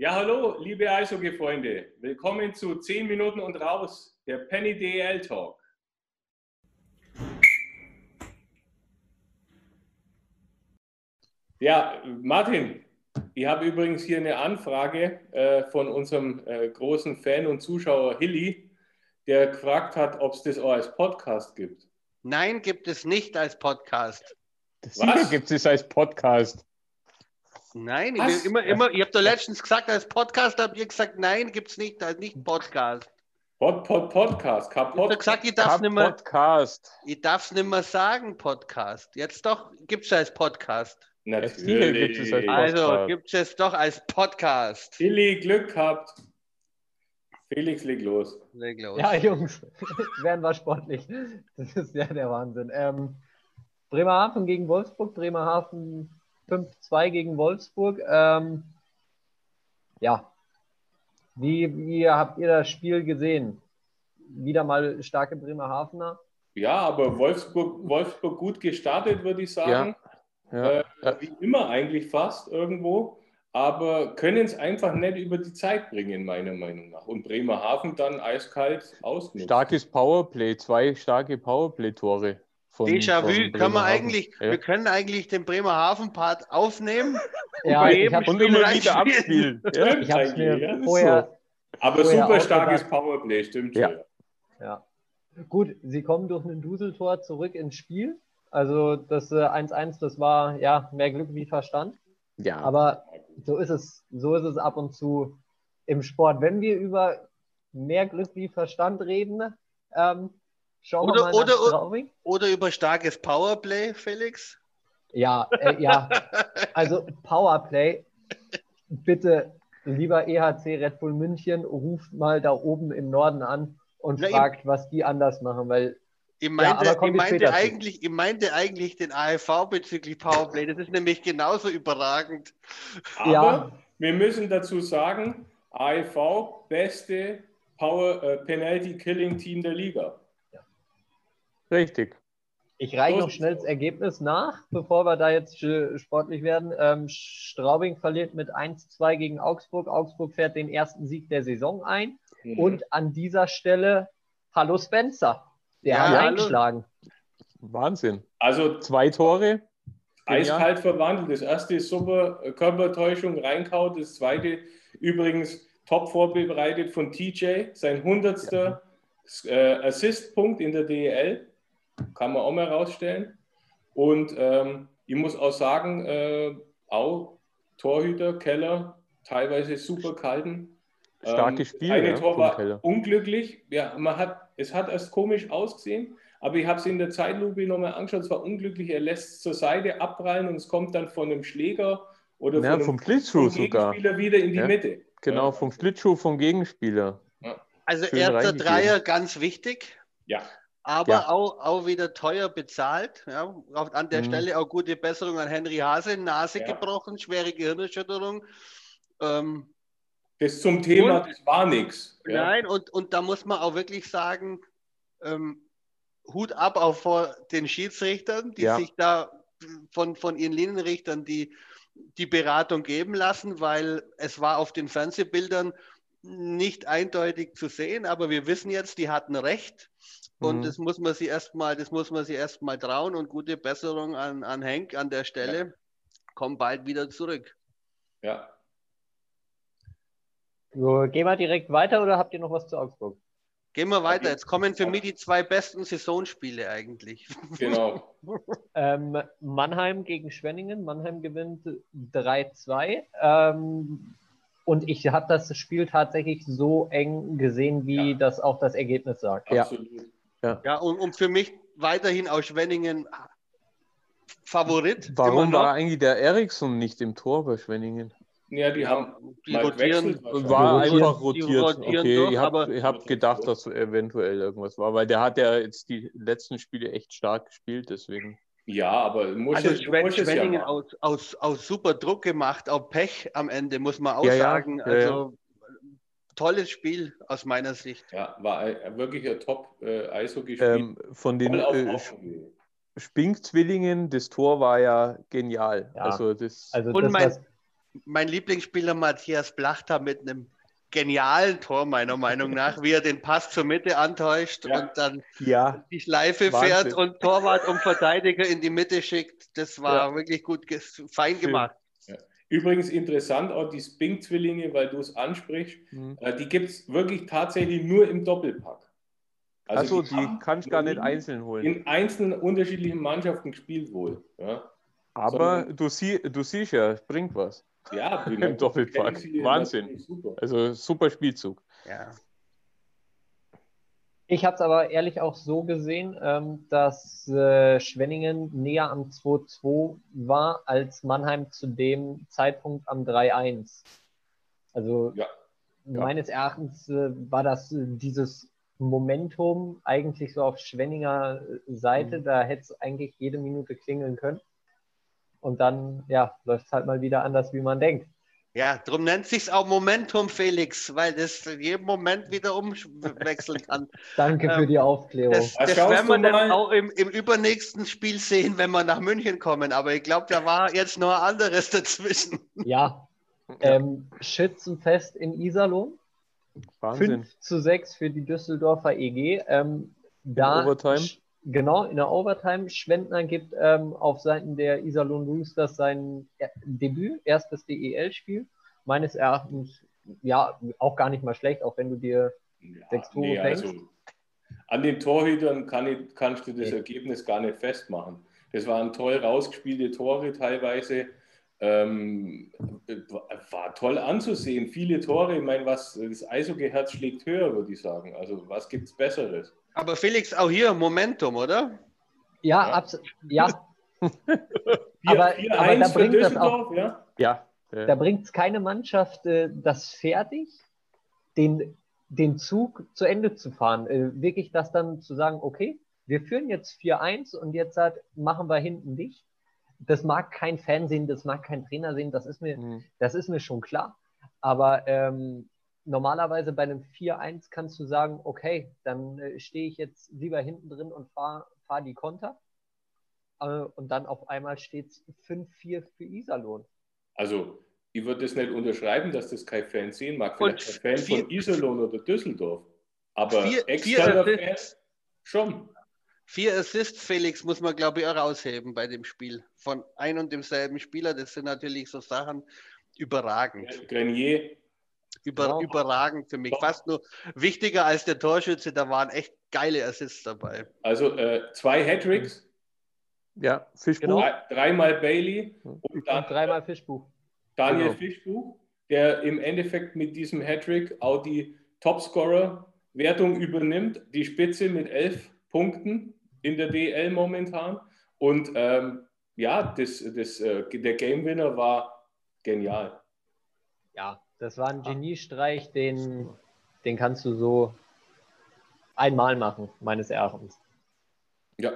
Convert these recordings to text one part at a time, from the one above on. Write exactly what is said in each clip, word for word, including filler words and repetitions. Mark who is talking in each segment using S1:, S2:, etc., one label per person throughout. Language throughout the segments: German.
S1: Ja, hallo, liebe Eishockey-Freunde. Willkommen zu zehn Minuten und raus, der Penny D E L Talk. Ja, Martin, ich habe übrigens hier eine Anfrage äh, von unserem äh, großen Fan und Zuschauer Hilly, der gefragt hat, ob es das auch als Podcast gibt.
S2: Nein, gibt es nicht als Podcast.
S3: Sicher gibt es als Podcast.
S2: Nein, ich,
S1: Was?
S2: will immer, immer, ich habe doch letztens gesagt, als Podcast habt ihr gesagt, nein, gibt es nicht als nicht Podcast.
S1: Pod, Pod, Podcast, kein
S2: Ich habe
S1: Podcast.
S2: gesagt, ich darf es
S3: Kein
S2: nicht mehr,
S3: Podcast.
S2: ich darf's nicht mehr sagen, Podcast. Jetzt doch, gibt es als Podcast.
S3: Ja, sicher gibt es als
S1: Natürlich.
S3: Podcast.
S2: Also gibt es doch als Podcast.
S1: Hilly, Glück gehabt. Felix, leg los.
S2: Leg los.
S4: Ja, Jungs, werden wir sportlich. Das ist ja der Wahnsinn. Ähm, Bremerhaven gegen Wolfsburg, Bremerhaven fünf zwei gegen Wolfsburg. Ähm, ja, wie, wie habt ihr das Spiel gesehen? Wieder mal starke Bremerhavener.
S1: Ja, aber Wolfsburg, Wolfsburg gut gestartet, würde ich sagen.
S3: Ja.
S1: Äh,
S3: Ja.
S1: wie immer eigentlich fast irgendwo. Aber können es einfach nicht über die Zeit bringen, meiner Meinung nach. Und Bremerhaven dann eiskalt ausnutzt.
S3: Starkes Powerplay, zwei starke Powerplay-Tore. von-
S2: Déjà-vu,
S3: von
S2: können wir
S3: Bremerhaven.
S2: eigentlich,
S3: Ja.
S2: wir können eigentlich den Bremerhaven-Part aufnehmen.
S4: Ja,
S2: bei
S4: ich
S2: jedem
S4: hab-
S3: Und
S2: Spiel
S3: immer
S2: reinspielen.
S3: wieder abspielen. Ja.
S1: Stimmt
S4: Ich habe es
S1: eigentlich,
S4: mir
S1: ja, ist
S4: vorher,
S1: Aber
S4: vorher
S1: super
S4: auch
S1: starkes
S4: gedacht.
S1: Powerplay, stimmt
S3: Ja.
S1: schon.
S4: ja. Gut, sie kommen durch ein Duseltor zurück ins Spiel. Also das äh, eins eins, das war ja mehr Glück wie Verstand.
S3: Ja.
S4: Aber so ist es, so ist es ab und zu im Sport. Wenn wir über mehr Glück wie Verstand reden, ähm, schauen
S2: Oder-
S4: wir mal nach
S2: oder-
S4: Straubing.
S2: Oder über starkes Powerplay, Felix.
S4: Ja, äh, ja, also Powerplay, bitte, lieber E H C Red Bull München, ruft mal da oben im Norden an und
S2: Na,
S4: fragt, was die anders machen, weil
S2: Ich meinte,
S4: aber kommen
S2: ich,
S4: wir
S2: meinte
S4: später zu.
S2: eigentlich, ich meinte eigentlich den A F V bezüglich Powerplay. Das ist nämlich genauso überragend.
S1: Aber
S4: Ja.
S1: wir müssen dazu sagen, A E V, beste Power äh, Penalty Killing Team der Liga.
S3: Richtig.
S4: ich reiche
S1: So
S4: noch
S1: sieht's
S4: schnell das Ergebnis nach, bevor wir da jetzt äh, sportlich werden. Ähm, Straubing verliert mit eins zwei gegen Augsburg. Augsburg fährt den ersten Sieg der Saison ein.
S1: Mhm.
S4: Und an dieser Stelle, hallo Spencer, der
S2: Ja,
S4: hat
S2: hallo.
S4: eingeschlagen.
S3: Wahnsinn.
S1: Also
S3: Zwei Tore. Genial.
S1: eiskalt verwandelt. Das erste ist super äh, Körpertäuschung reinkaut. Das zweite übrigens top vorbereitet von T J. Sein hundertster äh, Assist-Punkt in der D E L. Kann man auch mal rausstellen. Und ähm, ich muss auch sagen, äh, auch Torhüter, Keller, teilweise super kalten.
S3: Starkes Spiel,
S1: Eine
S3: ja,
S1: Tor
S3: vom
S1: war
S3: Keller.
S1: unglücklich. Ja, man hat, es hat erst komisch ausgesehen, aber ich habe es in der Zeitlupe nochmal angeschaut. Es war unglücklich. Er lässt es zur Seite abprallen und es kommt dann von einem Schläger oder
S3: Ja,
S1: von einem
S3: vom Schlittschuh
S1: vom
S3: sogar.
S1: Gegenspieler wieder in die
S3: Ja,
S1: Mitte.
S3: Genau,
S1: Ja.
S3: vom Schlittschuh vom Gegenspieler.
S2: Also
S3: Schön
S2: erster
S3: reingegeben.
S2: Dreier ganz wichtig,
S1: Ja,
S2: aber
S3: Ja.
S2: auch, auch wieder teuer bezahlt. Ja. Auch an der
S3: Mhm.
S2: Stelle auch gute Besserung an Henry Hase, Nase
S1: Ja.
S2: gebrochen, schwere Gehirnerschütterung. Ähm,
S1: das zum Thema,
S2: Und-
S1: das war nichts. Ja.
S2: Nein, und, und da muss man auch wirklich sagen, ähm, Hut ab auch vor den Schiedsrichtern, die
S3: Ja.
S2: sich da von, von ihren Linienrichtern die, die Beratung geben lassen, weil es war auf den Fernsehbildern nicht eindeutig zu sehen, aber wir wissen jetzt, die hatten recht. Und
S3: Mhm.
S2: das muss man sie erstmal, das muss man sie erstmal trauen und gute Besserung an, an Henk an der Stelle. Komm bald wieder zurück.
S1: Ja.
S4: So, gehen wir direkt weiter oder habt ihr noch was zu Augsburg?
S2: Gehen wir weiter. Jetzt kommen für mich die zwei besten Saisonspiele eigentlich.
S1: Genau.
S4: Ähm, Mannheim gegen Schwenningen. Mannheim gewinnt drei zwei. Ähm, und ich habe das Spiel tatsächlich so eng gesehen, wie
S1: Ja.
S4: das auch das Ergebnis sagt.
S3: Ja.
S1: Absolut.
S2: Ja, und, und für mich weiterhin aus Schwenningen Favorit.
S3: Warum
S2: immer noch.
S3: war eigentlich der Eriksson nicht im Tor bei Schwenningen?
S1: Ja, die
S2: Ja,
S1: haben
S2: die
S1: mal
S2: rotieren.
S1: gewechselt wahrscheinlich.
S3: War
S4: Die rotieren-
S3: einfach
S2: die
S3: rotiert.
S2: rotieren
S3: Okay,
S2: durch,
S3: ich
S2: aber-
S3: habe ich hab gedacht, dass eventuell irgendwas war, weil der hat ja jetzt die letzten Spiele echt stark gespielt, deswegen.
S1: Ja, aber muss
S2: Also
S1: es, du
S2: Schwen
S1: musst es ja
S2: Schwenningen
S1: machen.
S2: aus, aus, aus super Druck gemacht, auch Pech am Ende, muss man auch
S3: Ja, ja,
S2: sagen.
S3: ja,
S2: Also tolles Spiel aus meiner Sicht.
S1: Ja, war ein, wirklich ein Top-Eishockey-Spiel.
S3: Ähm, von den
S1: Voll auf
S3: äh,
S1: Augenhöhe.
S3: Spink-Zwillingen, das Tor war ja genial.
S4: Ja.
S3: Also das
S4: Also
S2: Und
S4: das,
S2: mein-
S4: was
S2: mein Lieblingsspieler Matthias Blachter mit einem genialen Tor, meiner Meinung nach, wie er den Pass zur Mitte antäuscht
S1: Ja.
S2: und dann
S3: Ja,
S2: die Schleife
S3: Wahnsinn.
S2: fährt und Torwart und Verteidiger in die Mitte schickt. Das war
S3: Ja.
S2: wirklich gut, ges- fein
S3: Schön.
S2: gemacht.
S1: Ja. Übrigens interessant auch die Spink-Zwillinge, weil du es ansprichst.
S3: Mhm.
S1: Äh, die gibt es wirklich tatsächlich nur im Doppelpack.
S3: Achso, die
S1: haben
S3: kann ich
S1: noch
S3: gar nicht
S1: nie
S3: einzeln holen.
S1: in einzelnen unterschiedlichen Mannschaften gespielt wohl. Ja,
S3: Aber
S1: sondern-
S3: du, sie, du siehst ja, es bringt was.
S1: ja
S3: Im Doppelpack.
S1: sie
S3: Wahnsinn.
S1: natürlich Super.
S3: Also super Spielzug.
S2: Ja.
S4: Ich habe es aber ehrlich auch so gesehen, ähm, dass äh, Schwenningen näher am zwei zwei war als Mannheim zu dem Zeitpunkt am drei eins. Also
S1: Ja.
S4: meines Erachtens äh, war das äh, dieses Momentum eigentlich so auf Schwenninger äh, Seite.
S3: Mhm.
S4: Da hätte es eigentlich jede Minute klingeln können. Und dann, ja, läuft es halt mal wieder anders, wie man denkt.
S2: Ja, darum nennt sich es auch Momentum, Felix, weil das in jedem Moment wieder umwechseln kann.
S4: Danke
S2: Ähm,
S4: für die Aufklärung.
S2: Das,
S1: Da
S2: das
S1: schaust
S2: werden wir
S1: du
S2: dann
S1: mal.
S2: auch im, im übernächsten Spiel sehen, wenn wir nach München kommen. Aber ich glaube, da war jetzt noch anderes dazwischen.
S4: Ja, ähm, Schützenfest in Iserlohn.
S3: Wahnsinn.
S4: fünf zu sechs für die Düsseldorfer E G. Ähm, da,
S3: Overtime?
S4: sch- Genau, in der Overtime. Schwendner gibt ähm, auf Seiten der Iserlohn Roosters sein äh, Debüt, erstes D E L-Spiel. Meines Erachtens, ja, auch gar nicht mal schlecht, auch wenn du dir
S1: Ja,
S4: sechs Tore
S1: nee,
S4: fängst.
S1: also, an den Torhütern kann ich, kannst du das
S4: Nee.
S1: Ergebnis gar nicht festmachen. Das waren toll rausgespielte Tore teilweise. Ähm, war toll anzusehen. Viele Tore. Ich meine, was, das Eishockey-Herz schlägt höher, würde ich sagen. Also, was gibt es Besseres?
S2: Aber Felix, auch hier Momentum, oder?
S4: Ja,
S1: Ja.
S4: abs- ja.
S1: vier
S4: Aber-
S1: vier
S4: aber da
S1: eins für
S4: bringt das
S1: Düsseldorf, ja?
S3: Ja. äh,
S4: Da bringt es keine Mannschaft äh, das fertig, den, den Zug zu Ende zu fahren. Äh, wirklich das dann zu sagen, okay, wir führen jetzt vier eins und jetzt halt machen wir hinten dicht. Das mag kein Fan sehen, das mag kein Trainer sehen, das ist mir,
S3: mhm.
S4: das ist mir schon klar. Aber ähm, normalerweise bei einem vier eins kannst du sagen, okay, dann äh, stehe ich jetzt lieber hinten drin und fahre fahr die Konter. Äh, und dann auf einmal steht es fünf vier für Iserlohn.
S1: Also, ich würde das nicht unterschreiben, dass das kein Fan sehen mag.
S2: Und
S1: Vielleicht ein Fan
S2: vier-
S1: von Iserlohn oder Düsseldorf. Aber
S2: Vier-
S1: externer
S2: vier
S1: Fan schon.
S2: Vier Assists, Felix, muss man, glaube ich, auch rausheben bei dem Spiel. Von ein und demselben Spieler. Das sind natürlich so Sachen überragend.
S1: Grenier,
S2: Über,
S4: Genau.
S2: Überragend für mich.
S1: Doch.
S2: Fast nur wichtiger als der Torschütze. Da waren echt geile Assists dabei.
S1: also äh, zwei Hattricks,
S3: Ja, Fischbuch.
S4: Genau.
S1: drei, dreimal Bailey und dann
S4: Und dreimal Fischbuch.
S1: Daniel
S3: Genau.
S1: Fischbuch, der im Endeffekt mit diesem Hattrick auch die Topscorer-Wertung übernimmt, die Spitze mit elf Punkten in der D L momentan. Und ähm, ja, das, das, äh, der Game Winner war genial.
S4: Ja, das war ein Geniestreich, den, den kannst du so einmal machen, meines Erachtens.
S1: Ja.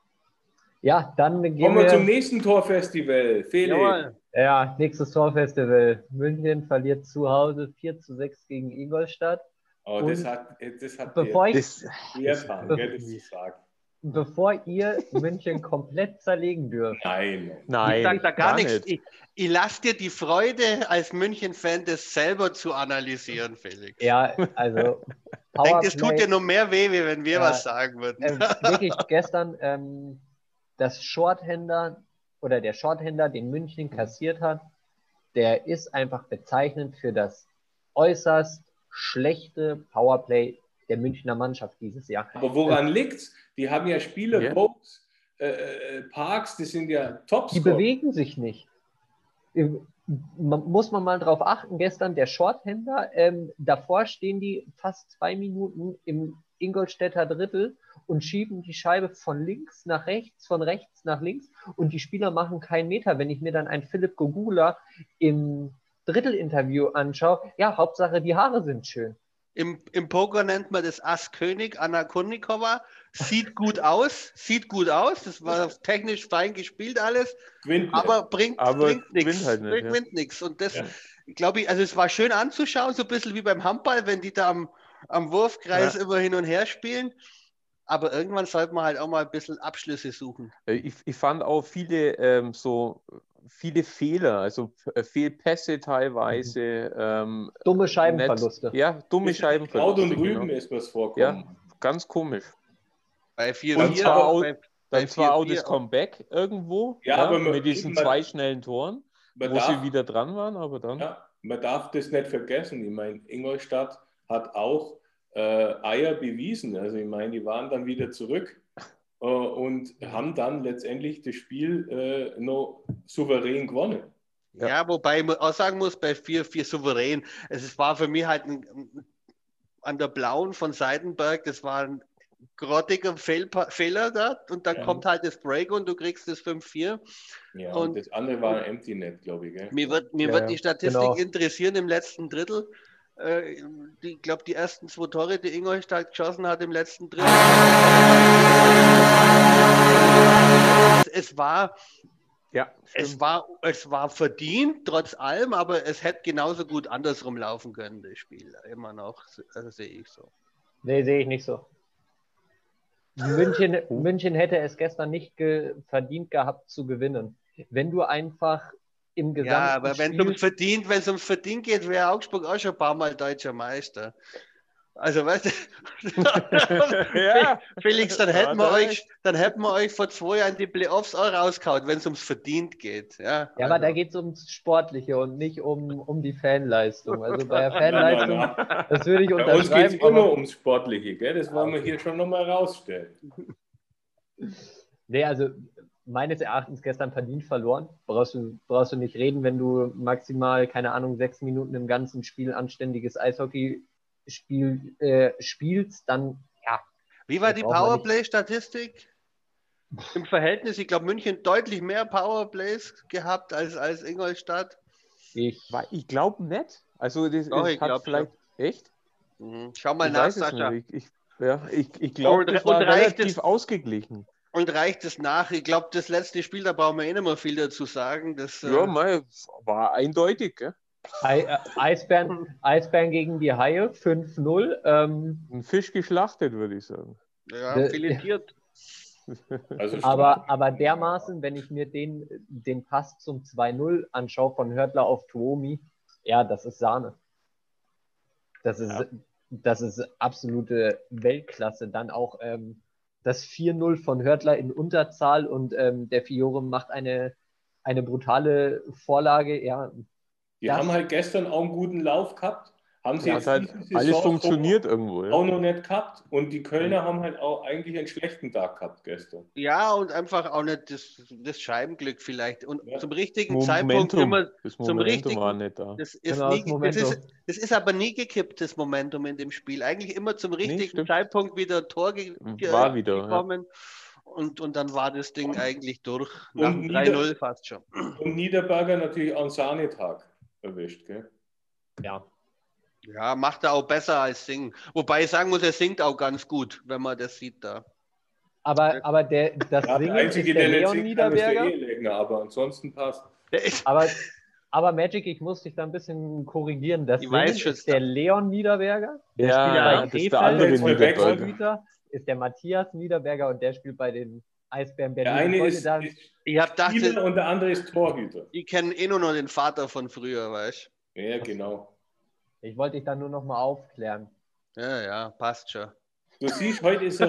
S4: Ja, dann gehen
S1: Kommen wir
S4: wir
S1: zum nächsten Torfestival. Felix.
S2: Jawohl.
S4: Ja, nächstes Torfestival. München verliert zu Hause vier zu sechs gegen Ingolstadt.
S1: Oh, das
S4: Und
S1: hat, das hat
S4: Bevor ich,
S3: Das,
S1: dir getan, gell, das zu sagen.
S4: bevor ihr München komplett zerlegen dürft,
S1: Nein.
S3: nein,
S2: Ich sage da gar, nichts.
S3: nicht.
S2: Ich, ich lasse dir die Freude als München-Fan, das selber zu analysieren, Felix.
S4: ja, also
S2: Ich denke, das tut
S4: Powerplay-
S2: dir noch mehr weh, wie wenn wir
S4: Ja,
S2: was sagen würden.
S4: äh, wirklich gestern ähm, das Shorthänder oder der Shorthänder, den München kassiert hat, der ist einfach bezeichnend für das äußerst schlechte Powerplay der Münchner Mannschaft dieses Jahr.
S1: Aber woran liegt's? Die haben ja Spieler,
S3: Ja.
S1: Bogues, äh, äh, Parks, die sind ja
S4: Die
S1: Topscorer.
S4: bewegen sich nicht. Äh, man- Muss man mal drauf achten, gestern der Shorthänder, ähm, davor stehen die fast zwei Minuten im Ingolstädter Drittel und schieben die Scheibe von links nach rechts, von rechts nach links und die Spieler machen keinen Meter. Wenn ich mir dann einen Philipp Gogula im Drittelinterview anschaue, ja, Hauptsache die Haare sind schön.
S2: Im, Im Poker nennt man das Ass König, Anna Kurnikova. Sieht gut aus, sieht gut aus. Das war technisch fein gespielt alles,
S1: Gewinnt nicht.
S2: aber bringt,
S3: Aber
S2: bringt nichts.
S3: gewinnt halt nicht, ja.
S2: Gewinnt nichts. Und das,
S1: Ja.
S2: glaube ich, also es war schön anzuschauen, so ein bisschen wie beim Handball, wenn die da am, am Wurfkreis
S3: Ja.
S2: immer hin und her spielen. Aber irgendwann sollte man halt auch mal ein bisschen Abschlüsse suchen.
S3: Ich, ich fand auch viele ähm, so viele Fehler, also äh, Fehlpässe teilweise. Ähm,
S4: Dumme Scheibenverluste.
S3: Netz, ja, dumme
S1: Kraut
S3: Scheibenverluste.
S1: und Rüben
S3: Genau.
S1: ist was vorkommen.
S3: Ja, ganz komisch.
S2: Bei vier
S3: Dann
S2: vier,
S3: zwar auch,
S2: bei,
S3: dann
S2: bei
S3: zwar auch
S2: vier vier
S3: das Comeback irgendwo,
S1: Ja,
S3: ja,
S1: aber man-
S3: mit diesen
S1: man-
S3: zwei schnellen Toren,
S1: Man
S3: wo
S1: darf,
S3: sie wieder dran waren, aber dann.
S1: ja, man darf das nicht vergessen. Ich meine, Ingolstadt hat auch äh, Eier bewiesen. Also ich meine, die waren dann wieder zurück äh, und haben dann letztendlich das Spiel äh, noch souverän gewonnen.
S2: Ja.
S3: Ja.
S2: Wobei ich auch sagen muss, bei vier vier souverän, es war für mich halt ein, an der Blauen von Seidenberg, das war ein grottiger Fehlpa Fehler da und dann
S1: Ja.
S2: kommt halt das Break und du kriegst das fünf vier.
S1: Ja,
S2: Und-
S1: und, das andere war ein Empty Net, glaube ich. Gell?
S2: Mir wird, mir
S3: Ja,
S2: wird
S3: ja.
S2: die Statistik
S4: Genau.
S2: interessieren im letzten Drittel. Äh, die- Ich glaube, die ersten zwei Tore, die Ingolstadt geschossen hat im letzten Drittel. Es, es war
S3: Ja,
S2: Es
S3: stimmt.
S2: war, es war verdient, trotz allem, aber es hätte genauso gut andersrum laufen können, das Spiel. Immer noch, also sehe ich so.
S4: Nee, sehe ich nicht so. München,
S3: Oh.
S4: München hätte es gestern nicht ge verdient gehabt zu gewinnen. Wenn du einfach im gesamten
S2: Ja, aber wenn es
S4: Spiel...
S2: ums verdient, wenn es ums verdient geht, wäre Augsburg auch schon ein paar Mal deutscher Meister. Also, weißt du,
S3: Ja.
S2: Felix, dann
S3: Ja,
S2: hätten, wir
S3: da
S2: euch,
S3: recht.
S2: dann hätten wir euch vor zwei Jahren die Playoffs auch rausgehauen, wenn es ums verdient geht. Ja,
S4: Ja, aber
S2: also.
S4: da geht es ums Sportliche und nicht um, um die Fanleistung. Also bei der
S1: Nein, nein,
S4: Fanleistung,
S1: nein.
S4: das würde ich
S1: Bei uns geht es
S4: unterschreiben.
S1: immer
S4: Aber,
S1: ums Sportliche, gell? Das wollen wir hier schon nochmal rausstellen.
S4: nee, also meines Erachtens gestern verdient verloren. Brauchst du, brauchst du nicht reden, wenn du maximal, keine Ahnung, sechs Minuten im ganzen Spiel anständiges Eishockey-Spiel äh, spielst, dann, ja.
S2: Wie war
S4: Das
S2: die
S4: braucht man nicht.
S2: Powerplay-Statistik? Im Verhältnis, ich glaube, München deutlich mehr Powerplays gehabt als, als Ingolstadt.
S4: Ich,
S3: War- Ich glaube nicht. Also das,
S2: Doch,
S3: es
S2: ich
S3: hat
S2: glaub
S3: vielleicht. Echt?
S2: Mhm. Schau mal
S3: Ich
S2: nach,
S3: weiß es
S2: Sascha.
S3: nicht. Ich, ich, ja, ich, ich glaube,
S2: Und-
S3: das
S2: und
S3: war
S2: reicht
S3: relativ
S2: es-
S3: ausgeglichen.
S2: Und reicht es nach? Ich glaube, das letzte Spiel, da brauchen wir eh nicht mehr viel dazu sagen. Das, äh,
S3: Ja, mei, war eindeutig. Gell?
S4: Ei- äh, Eisbären, Eisbären gegen die Haie, fünf null. Ähm,
S3: Ein Fisch geschlachtet, würde ich sagen.
S2: ja,
S4: Der-
S2: filetiert.
S1: Also
S4: aber, aber dermaßen, wenn ich mir den, den Pass zum zwei null anschaue von Hörtler auf Tuomi, ja, das ist Sahne. Das ist,
S3: Ja.
S4: das ist absolute Weltklasse. Dann auch ähm, das vier null von Hörtler in Unterzahl und ähm, der Fiore macht eine, eine brutale Vorlage. Ja,
S1: die
S4: das-
S1: haben halt gestern auch einen guten Lauf gehabt. Haben sie
S3: Ja,
S1: jetzt
S3: hat halt
S1: diese Saison
S3: alles
S1: so
S3: funktioniert irgendwo.
S1: auch
S3: Ja.
S1: noch nicht gehabt. Und die Kölner haben halt auch eigentlich einen schlechten Tag gehabt gestern.
S2: Ja, und einfach auch nicht das, das Scheibenglück vielleicht. Und
S1: Ja.
S2: zum richtigen Zeitpunkt
S3: Momentum.
S2: immer.
S3: Das
S2: zum
S3: Momentum
S2: richtigen-
S3: war nicht da.
S2: Das ist,
S4: Genau,
S2: nie,
S4: das
S2: das,
S4: Momentum.
S2: ist, das ist aber nie gekippt, das Momentum in dem Spiel. Eigentlich immer zum richtigen
S3: stimmt.
S2: Zeitpunkt wieder Tor ge ge
S3: War wieder, ja.
S2: gekommen. Und, und dann war das Ding eigentlich durch. Nach
S1: Und
S2: dem
S1: Nieder-
S2: drei null fast schon.
S1: Und Niederberger natürlich auch einen Sahnetag erwischt. Gell?
S4: ja.
S2: Ja, macht er auch besser als Singen. Wobei ich sagen muss, er singt auch ganz gut, wenn man das sieht da.
S4: Aber, aber der, das
S1: Ja, der
S4: Singen
S1: Einzige,
S4: ist der
S1: der nicht
S4: Leon
S1: singt kann, ist der
S4: Niederberger.
S1: Ehelegner, aber ansonsten passt.
S2: Der ist,
S4: Aber, aber Magic, ich muss dich da ein bisschen korrigieren. Das
S2: Ich
S4: Singen
S2: weiß schon,
S4: ist der Leon Niederberger. Der
S3: Ja,
S4: spielt
S3: ja,
S4: bei
S3: das ist
S4: Krefeld,
S3: der andere
S1: Jetzt verwechselt.
S3: Niederberger.
S4: Torhüter ist der Matthias Niederberger und der spielt bei den Eisbären
S1: Der
S4: Berlin.
S1: eine
S4: Ich wollte
S1: ist,
S4: da-
S1: ist
S2: ich habe gedacht,
S1: Spieler und der andere ist Torhüter.
S2: ich kenne eh nur noch den Vater von früher, weißt
S1: Ja, genau.
S4: ich wollte dich da nur noch mal aufklären.
S2: du? Ja, ja, passt schon.
S1: Du siehst, heute ist er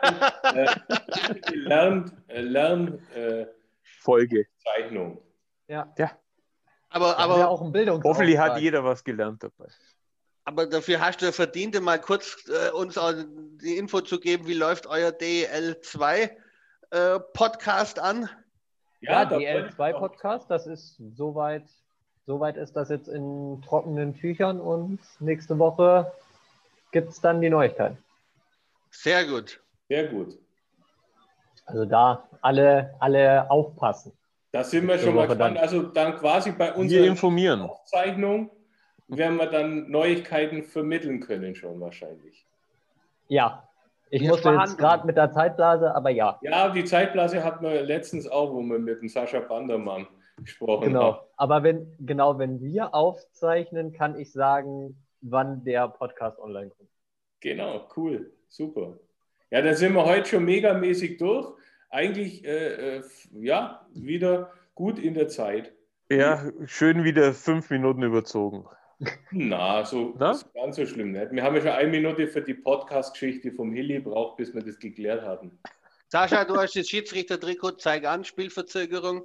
S1: richtig äh, Lern, äh, Lern, äh,
S3: Folge.
S1: Zeichnung.
S4: Ja,
S2: Aber,
S4: aber
S2: aber,
S4: ja auch ein Bildungsauftrag.
S3: Hoffentlich hat jeder was gelernt dabei.
S2: aber dafür hast du verdient, mal kurz äh, uns auch die Info zu geben, wie läuft euer D E L zwei äh, Podcast an?
S4: Ja,
S1: da
S4: D L
S1: wollte
S4: zwei
S1: ich auch-
S4: Podcast, das ist soweit, soweit ist das jetzt in trockenen Tüchern und nächste Woche gibt es dann die Neuigkeiten.
S2: Sehr gut.
S1: Sehr gut.
S4: Also da alle, alle aufpassen.
S1: Da sind wir
S4: Nächste
S1: schon mal
S4: Woche
S1: gespannt.
S4: dann.
S1: Also dann quasi bei
S3: Wir
S1: unserer
S3: informieren.
S1: Aufzeichnung werden wir dann Neuigkeiten vermitteln können schon wahrscheinlich.
S4: Ja, ich
S2: Wir
S4: musste
S2: verhandeln.
S4: jetzt gerade mit der Zeitblase, aber ja,
S1: Ja, die Zeitblase hatten wir letztens auch, wo wir mit dem Sascha Bandermann gesprochen haben.
S4: genau. Aber wenn, genau, wenn wir aufzeichnen, kann ich sagen, wann der Podcast online kommt.
S1: Genau, cool, super. Ja, dann sind wir heute schon megamäßig durch. Eigentlich, äh, äh, ja, wieder gut in der Zeit.
S3: Ja, schön wieder fünf Minuten überzogen.
S1: Na, so
S3: Na?
S1: ist ganz so schlimm nicht. Wir haben ja schon eine Minute für die Podcast-Geschichte vom Hilly braucht, bis wir das geklärt haben.
S2: Sascha, du hast das Schiedsrichter-Trikot, zeig an, Spielverzögerung.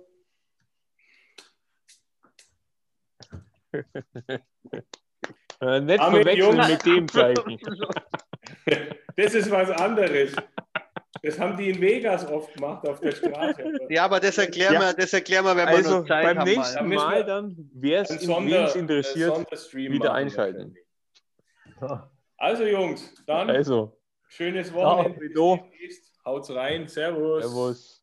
S3: Äh, nicht
S1: Arme
S3: verwechseln
S1: Jungs.
S3: mit dem Zeichen.
S1: Das ist was anderes. Das haben die in Vegas oft gemacht auf der Straße.
S2: Ja, aber das erklären,
S3: Ja.
S2: wir, das erklären wir, wenn wir
S3: Also
S2: noch Zeit
S3: beim
S2: haben.
S3: nächsten
S1: Da
S2: Mal.
S1: müssen
S3: Mal
S1: wir
S3: dann, wer es
S1: Ein
S3: wen
S1: Sonder,
S3: es interessiert,
S1: äh, Sonderstream
S3: wieder
S1: machen
S3: einschalten.
S1: wahrscheinlich. Also Jungs, dann
S3: Also,
S1: schönes Wochenende.
S3: Ciao.
S1: Bis demnächst. Haut's rein. Servus.
S3: Servus.